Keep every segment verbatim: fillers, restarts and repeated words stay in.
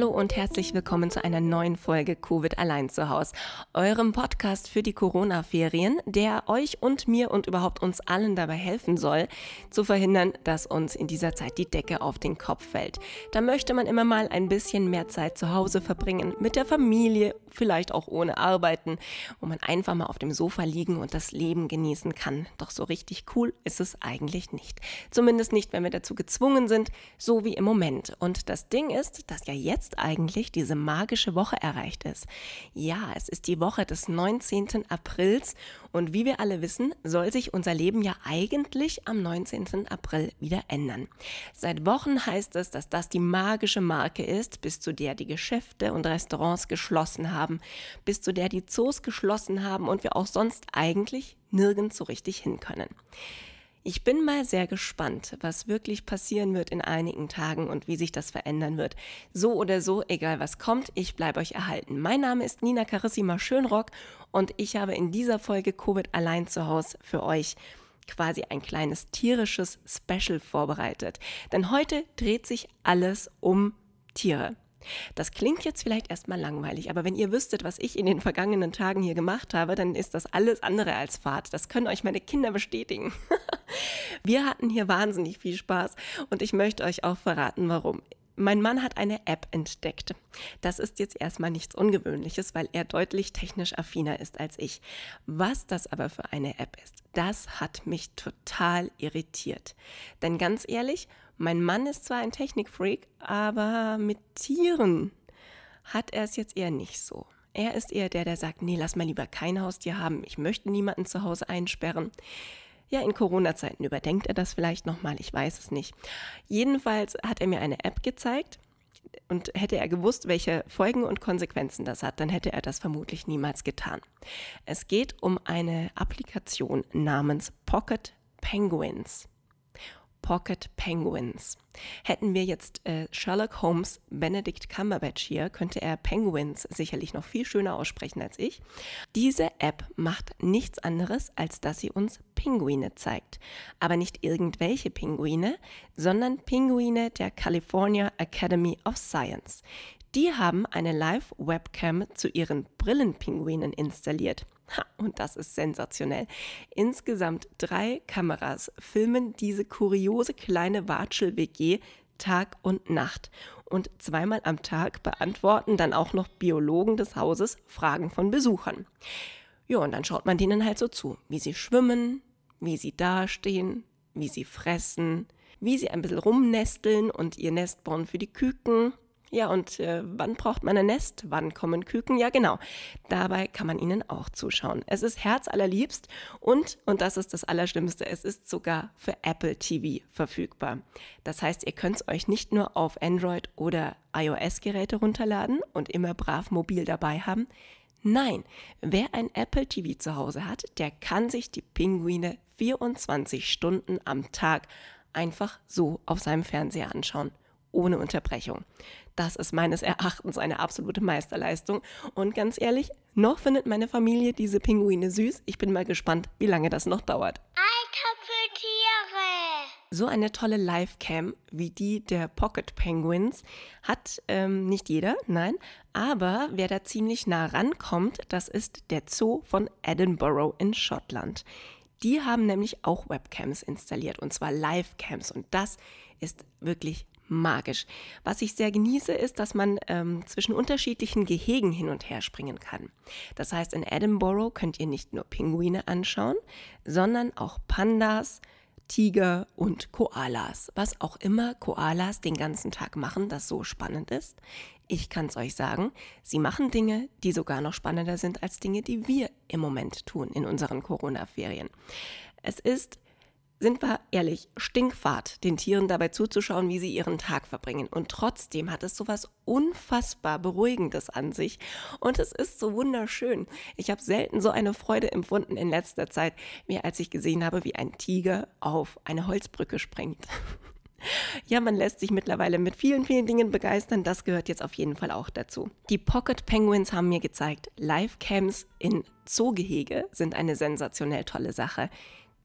Hallo und herzlich willkommen zu einer neuen Folge Covid allein zu Haus, eurem Podcast für die Corona-Ferien, der euch und mir und überhaupt uns allen dabei helfen soll, zu verhindern, dass uns in dieser Zeit die Decke auf den Kopf fällt. Da möchte man immer mal ein bisschen mehr Zeit zu Hause verbringen, mit der Familie, vielleicht auch ohne Arbeiten, wo man einfach mal auf dem Sofa liegen und das Leben genießen kann. Doch so richtig cool ist es eigentlich nicht. Zumindest nicht, wenn wir dazu gezwungen sind, so wie im Moment. Und das Ding ist, dass ja jetzt eigentlich diese magische Woche erreicht ist. Ja, es ist die Woche des neunzehnten Aprils und wie wir alle wissen, soll sich unser Leben ja eigentlich am neunzehnten April wieder ändern. Seit Wochen heißt es, dass das die magische Marke ist, bis zu der die Geschäfte und Restaurants geschlossen haben, bis zu der die Zoos geschlossen haben und wir auch sonst eigentlich nirgends so richtig hin können. Ich bin mal sehr gespannt, was wirklich passieren wird in einigen Tagen und wie sich das verändern wird. So oder so, egal was kommt, ich bleibe euch erhalten. Mein Name ist Nina Carissima Schönrock und ich habe in dieser Folge Covid allein zu Hause für euch quasi ein kleines tierisches Special vorbereitet. Denn heute dreht sich alles um Tiere. Das klingt jetzt vielleicht erstmal langweilig, aber wenn ihr wüsstet, was ich in den vergangenen Tagen hier gemacht habe, dann ist das alles andere als Fahrt. Das können euch meine Kinder bestätigen. Wir hatten hier wahnsinnig viel Spaß und ich möchte euch auch verraten, warum. Mein Mann hat eine App entdeckt. Das ist jetzt erstmal nichts Ungewöhnliches, weil er deutlich technisch affiner ist als ich. Was das aber für eine App ist, das hat mich total irritiert. Denn ganz ehrlich, mein Mann ist zwar ein Technikfreak, aber mit Tieren hat er es jetzt eher nicht so. Er ist eher der, der sagt, nee, lass mal lieber kein Haustier haben, ich möchte niemanden zu Hause einsperren. Ja, in Corona-Zeiten überdenkt er das vielleicht nochmal, ich weiß es nicht. Jedenfalls hat er mir eine App gezeigt und hätte er gewusst, welche Folgen und Konsequenzen das hat, dann hätte er das vermutlich niemals getan. Es geht um eine Applikation namens Pocket Penguins. Pocket Penguins. Hätten wir jetzt äh, Sherlock Holmes Benedict Cumberbatch hier, könnte er Penguins sicherlich noch viel schöner aussprechen als ich. Diese App macht nichts anderes, als dass sie uns Pinguine zeigt. Aber nicht irgendwelche Pinguine, sondern Pinguine der California Academy of Science. Die haben eine Live-Webcam zu ihren Brillenpinguinen installiert. Ha, und das ist sensationell. Insgesamt drei Kameras filmen diese kuriose kleine Watschel-W G Tag und Nacht. Und zweimal am Tag beantworten dann auch noch Biologen des Hauses Fragen von Besuchern. Ja, und dann schaut man denen halt so zu, wie sie schwimmen, wie sie dastehen, wie sie fressen, wie sie ein bisschen rumnesteln und ihr Nest bauen für die Küken. Ja, und äh, wann braucht man ein Nest? Wann kommen Küken? Ja, genau. Dabei kann man ihnen auch zuschauen. Es ist herzallerliebst und, und das ist das Allerschlimmste, es ist sogar für Apple T V verfügbar. Das heißt, ihr könnt es euch nicht nur auf Android- oder iOS-Geräte runterladen und immer brav mobil dabei haben. Nein, wer ein Apple T V zu Hause hat, der kann sich die Pinguine vierundzwanzig Stunden am Tag einfach so auf seinem Fernseher anschauen. Ohne Unterbrechung. Das ist meines Erachtens eine absolute Meisterleistung. Und ganz ehrlich, noch findet meine Familie diese Pinguine süß. Ich bin mal gespannt, wie lange das noch dauert. Tiere. So eine tolle Livecam wie die der Pocket Penguins hat ähm, nicht jeder, nein. Aber wer da ziemlich nah rankommt, das ist der Zoo von Edinburgh in Schottland. Die haben nämlich auch Webcams installiert und zwar Livecams und das ist wirklich magisch. Was ich sehr genieße, ist, dass man ähm, zwischen unterschiedlichen Gehegen hin und her springen kann. Das heißt, in Edinburgh könnt ihr nicht nur Pinguine anschauen, sondern auch Pandas, Tiger und Koalas. Was auch immer Koalas den ganzen Tag machen, das so spannend ist. Ich kann es euch sagen, sie machen Dinge, die sogar noch spannender sind als Dinge, die wir im Moment tun in unseren Corona-Ferien. Es ist Sind wir ehrlich, Stinkfahrt, den Tieren dabei zuzuschauen, wie sie ihren Tag verbringen. Und trotzdem hat es sowas unfassbar Beruhigendes an sich. Und es ist so wunderschön. Ich habe selten so eine Freude empfunden in letzter Zeit, wie als ich gesehen habe, wie ein Tiger auf eine Holzbrücke springt. Ja, man lässt sich mittlerweile mit vielen, vielen Dingen begeistern. Das gehört jetzt auf jeden Fall auch dazu. Die Pocket Penguins haben mir gezeigt, Livecams in Zoogehege sind eine sensationell tolle Sache.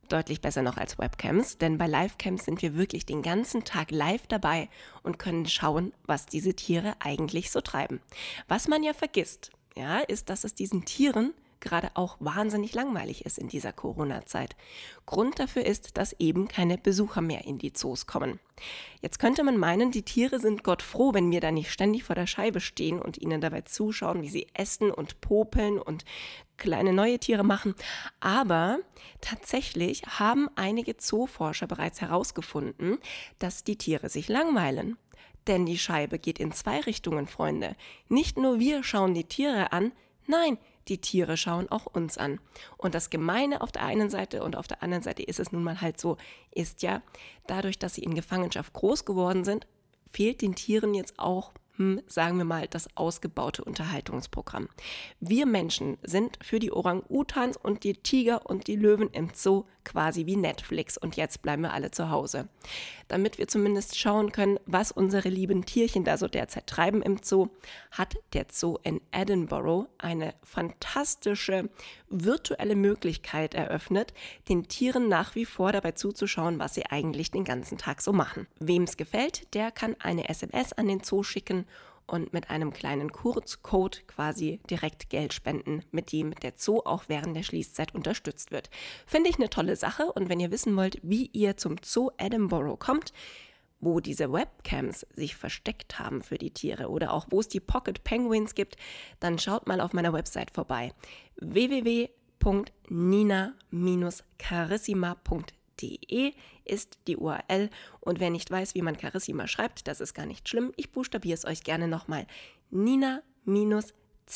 Deutlich besser noch als Webcams, denn bei Livecams sind wir wirklich den ganzen Tag live dabei und können schauen, was diese Tiere eigentlich so treiben. Was man ja vergisst, ja, ist, dass es diesen Tieren gerade auch wahnsinnig langweilig ist in dieser Corona-Zeit. Grund dafür ist, dass eben keine Besucher mehr in die Zoos kommen. Jetzt könnte man meinen, die Tiere sind Gott froh, wenn wir da nicht ständig vor der Scheibe stehen und ihnen dabei zuschauen, wie sie essen und popeln und kleine neue Tiere machen. Aber tatsächlich haben einige Zooforscher bereits herausgefunden, dass die Tiere sich langweilen. Denn die Scheibe geht in zwei Richtungen, Freunde. Nicht nur wir schauen die Tiere an, nein, die Tiere schauen auch uns an. Und das Gemeine auf der einen Seite und auf der anderen Seite ist es nun mal halt so, ist ja, dadurch, dass sie in Gefangenschaft groß geworden sind, fehlt den Tieren jetzt auch, hm, sagen wir mal, das ausgebaute Unterhaltungsprogramm. Wir Menschen sind für die Orang-Utans und die Tiger und die Löwen im Zoo quasi wie Netflix und jetzt bleiben wir alle zu Hause. Damit wir zumindest schauen können, was unsere lieben Tierchen da so derzeit treiben im Zoo, hat der Zoo in Edinburgh eine fantastische virtuelle Möglichkeit eröffnet, den Tieren nach wie vor dabei zuzuschauen, was sie eigentlich den ganzen Tag so machen. Wem es gefällt, der kann eine S M S an den Zoo schicken und mit einem kleinen Kurzcode quasi direkt Geld spenden, mit dem der Zoo auch während der Schließzeit unterstützt wird. Finde ich eine tolle Sache und wenn ihr wissen wollt, wie ihr zum Zoo Edinburgh kommt, wo diese Webcams sich versteckt haben für die Tiere oder auch wo es die Pocket Penguins gibt, dann schaut mal auf meiner Website vorbei. w w w punkt nina dash carissima punkt de ist die U R L und wer nicht weiß, wie man Carissima schreibt, das ist gar nicht schlimm. Ich buchstabiere es euch gerne nochmal. nina dash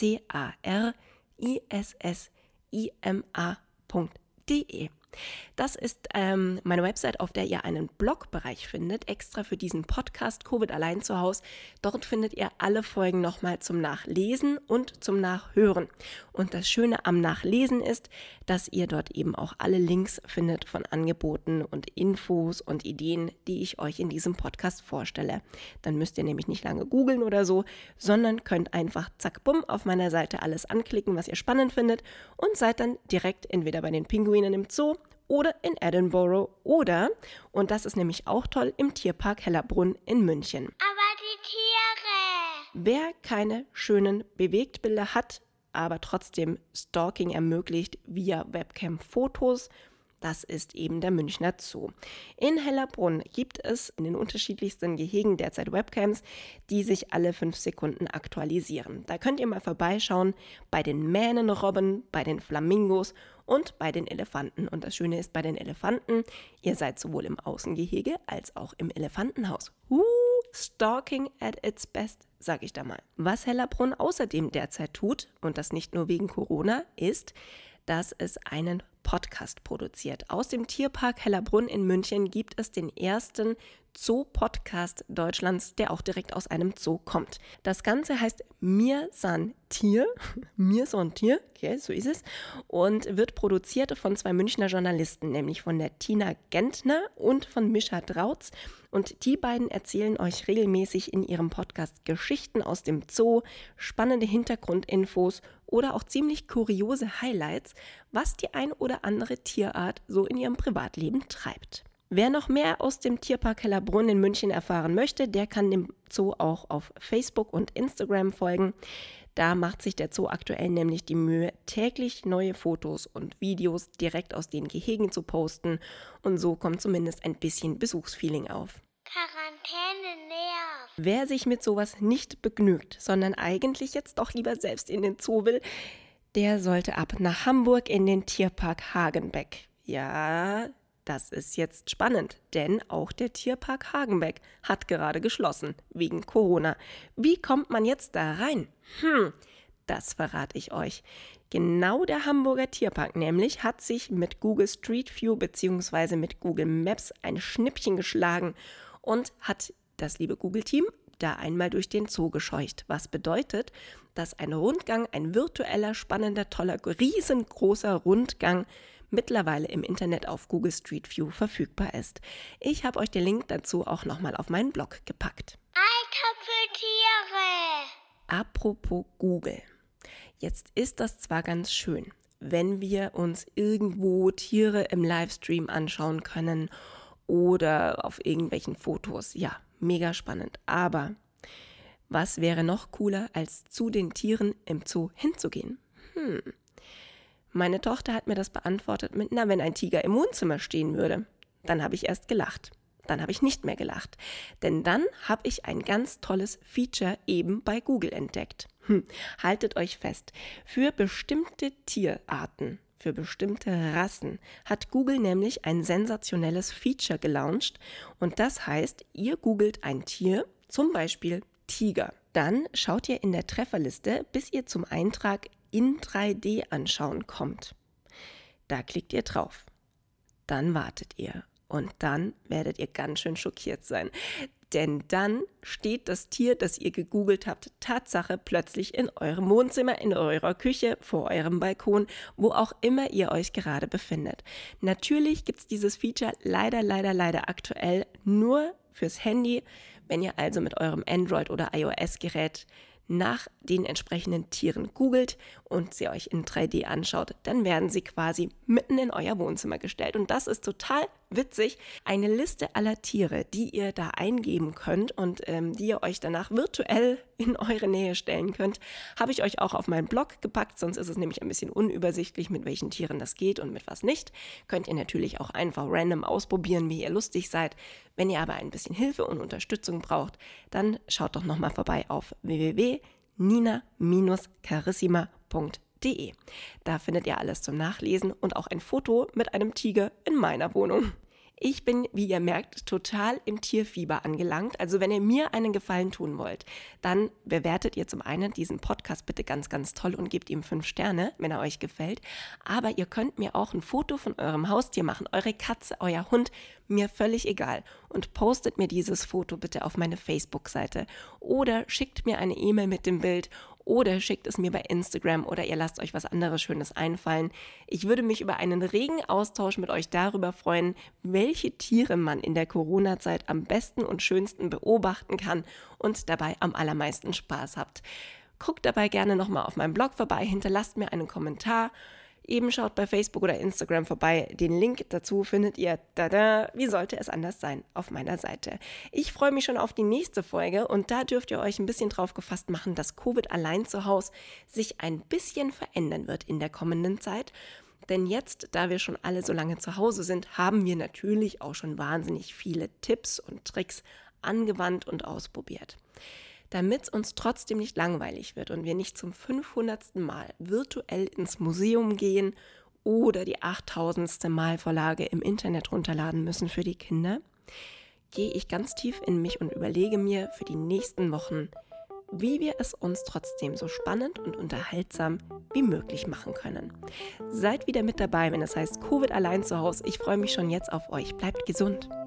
carissima punkt de. Das ist ähm, meine Website, auf der ihr einen Blogbereich findet, extra für diesen Podcast Covid allein zu Hause. Dort findet ihr alle Folgen nochmal zum Nachlesen und zum Nachhören. Und das Schöne am Nachlesen ist, dass ihr dort eben auch alle Links findet von Angeboten und Infos und Ideen, die ich euch in diesem Podcast vorstelle. Dann müsst ihr nämlich nicht lange googeln oder so, sondern könnt einfach zack, bumm, auf meiner Seite alles anklicken, was ihr spannend findet und seid dann direkt entweder bei den Pinguinen im Zoo oder in Edinburgh oder, und das ist nämlich auch toll, im Tierpark Hellerbrunn in München. Aber die Tiere! Wer keine schönen Bewegtbilder hat, aber trotzdem Stalking ermöglicht via Webcam-Fotos, das ist eben der Münchner Zoo. In Hellerbrunn gibt es in den unterschiedlichsten Gehegen derzeit Webcams, die sich alle fünf Sekunden aktualisieren. Da könnt ihr mal vorbeischauen bei den Mähnenrobben, bei den Flamingos und bei den Elefanten. Und das Schöne ist bei den Elefanten, ihr seid sowohl im Außengehege als auch im Elefantenhaus. Uh, Stalking at its best, sag ich da mal. Was Hellerbrunn außerdem derzeit tut, und das nicht nur wegen Corona, ist, dass es einen Podcast produziert. Aus dem Tierpark Hellerbrunn in München gibt es den ersten Zoo-Podcast Deutschlands, der auch direkt aus einem Zoo kommt. Das Ganze heißt Mir san Tier, Mir san Tier, okay, so ist es, und wird produziert von zwei Münchner Journalisten, nämlich von der Tina Gentner und von Mischa Drautz. Und die beiden erzählen euch regelmäßig in ihrem Podcast Geschichten aus dem Zoo, spannende Hintergrundinfos oder auch ziemlich kuriose Highlights, was die ein oder andere Tierart so in ihrem Privatleben treibt. Wer noch mehr aus dem Tierpark Hellerbrunn in München erfahren möchte, der kann dem Zoo auch auf Facebook und Instagram folgen. Da macht sich der Zoo aktuell nämlich die Mühe, täglich neue Fotos und Videos direkt aus den Gehegen zu posten. Und so kommt zumindest ein bisschen Besuchsfeeling auf. Quarantäne nervt. Wer sich mit sowas nicht begnügt, sondern eigentlich jetzt doch lieber selbst in den Zoo will, der sollte ab nach Hamburg in den Tierpark Hagenbeck. Ja, das ist jetzt spannend, denn auch der Tierpark Hagenbeck hat gerade geschlossen, wegen Corona. Wie kommt man jetzt da rein? Hm, das verrate ich euch. Genau der Hamburger Tierpark nämlich hat sich mit Google Street View bzw. mit Google Maps ein Schnippchen geschlagen und hat das liebe Google-Team da einmal durch den Zoo gescheucht. Was bedeutet, dass ein Rundgang, ein virtueller, spannender, toller, riesengroßer Rundgang mittlerweile im Internet auf Google Street View verfügbar ist. Ich habe euch den Link dazu auch nochmal auf meinen Blog gepackt. Alter für Tiere! Apropos Google. Jetzt ist das zwar ganz schön, wenn wir uns irgendwo Tiere im Livestream anschauen können oder auf irgendwelchen Fotos. Ja, mega spannend. Aber was wäre noch cooler, als zu den Tieren im Zoo hinzugehen? Hm. Meine Tochter hat mir das beantwortet mit, na, wenn ein Tiger im Wohnzimmer stehen würde. Dann habe ich erst gelacht. Dann habe ich nicht mehr gelacht. Denn dann habe ich ein ganz tolles Feature eben bei Google entdeckt. Hm. Haltet euch fest, für bestimmte Tierarten, für bestimmte Rassen hat Google nämlich ein sensationelles Feature gelauncht. Und das heißt, ihr googelt ein Tier, zum Beispiel Tiger. Dann schaut ihr in der Trefferliste, bis ihr zum Eintrag in drei D anschauen kommt. Da klickt ihr drauf. Dann wartet ihr. Und dann werdet ihr ganz schön schockiert sein. Denn dann steht das Tier, das ihr gegoogelt habt, Tatsache plötzlich in eurem Wohnzimmer, in eurer Küche, vor eurem Balkon, wo auch immer ihr euch gerade befindet. Natürlich gibt es dieses Feature leider, leider, leider aktuell nur fürs Handy. Wenn ihr also mit eurem Android- oder iOS-Gerät nach den entsprechenden Tieren googelt und sie euch in drei D anschaut, dann werden sie quasi mitten in euer Wohnzimmer gestellt. Und das ist total witzig. Eine Liste aller Tiere, die ihr da eingeben könnt und ähm, die ihr euch danach virtuell in eure Nähe stellen könnt, habe ich euch auch auf meinen Blog gepackt. Sonst ist es nämlich ein bisschen unübersichtlich, mit welchen Tieren das geht und mit was nicht. Könnt ihr natürlich auch einfach random ausprobieren, wie ihr lustig seid. Wenn ihr aber ein bisschen Hilfe und Unterstützung braucht, dann schaut doch nochmal vorbei auf w w w punkt nina Bindestrich carissima punkt de. Da findet ihr alles zum Nachlesen und auch ein Foto mit einem Tiger in meiner Wohnung. Ich bin, wie ihr merkt, total im Tierfieber angelangt. Also wenn ihr mir einen Gefallen tun wollt, dann bewertet ihr zum einen diesen Podcast bitte ganz, ganz toll und gebt ihm fünf Sterne, wenn er euch gefällt. Aber ihr könnt mir auch ein Foto von eurem Haustier machen, eure Katze, euer Hund, mir völlig egal. Und postet mir dieses Foto bitte auf meine Facebook-Seite oder schickt mir eine E-Mail mit dem Bild oder schickt es mir bei Instagram oder ihr lasst euch was anderes Schönes einfallen. Ich würde mich über einen regen Austausch mit euch darüber freuen, welche Tiere man in der Corona-Zeit am besten und schönsten beobachten kann und dabei am allermeisten Spaß habt. Guckt dabei gerne nochmal auf meinem Blog vorbei, hinterlasst mir einen Kommentar. Eben schaut bei Facebook oder Instagram vorbei. Den Link dazu findet ihr, tada, wie sollte es anders sein, auf meiner Seite. Ich freue mich schon auf die nächste Folge und da dürft ihr euch ein bisschen drauf gefasst machen, dass Covid allein zu Hause sich ein bisschen verändern wird in der kommenden Zeit. Denn jetzt, da wir schon alle so lange zu Hause sind, haben wir natürlich auch schon wahnsinnig viele Tipps und Tricks angewandt und ausprobiert. Damit es uns trotzdem nicht langweilig wird und wir nicht zum fünfhundertsten Mal virtuell ins Museum gehen oder die achttausendste Malvorlage im Internet runterladen müssen für die Kinder, gehe ich ganz tief in mich und überlege mir für die nächsten Wochen, wie wir es uns trotzdem so spannend und unterhaltsam wie möglich machen können. Seid wieder mit dabei, wenn es heißt Covid allein zu Hause. Ich freue mich schon jetzt auf euch. Bleibt gesund.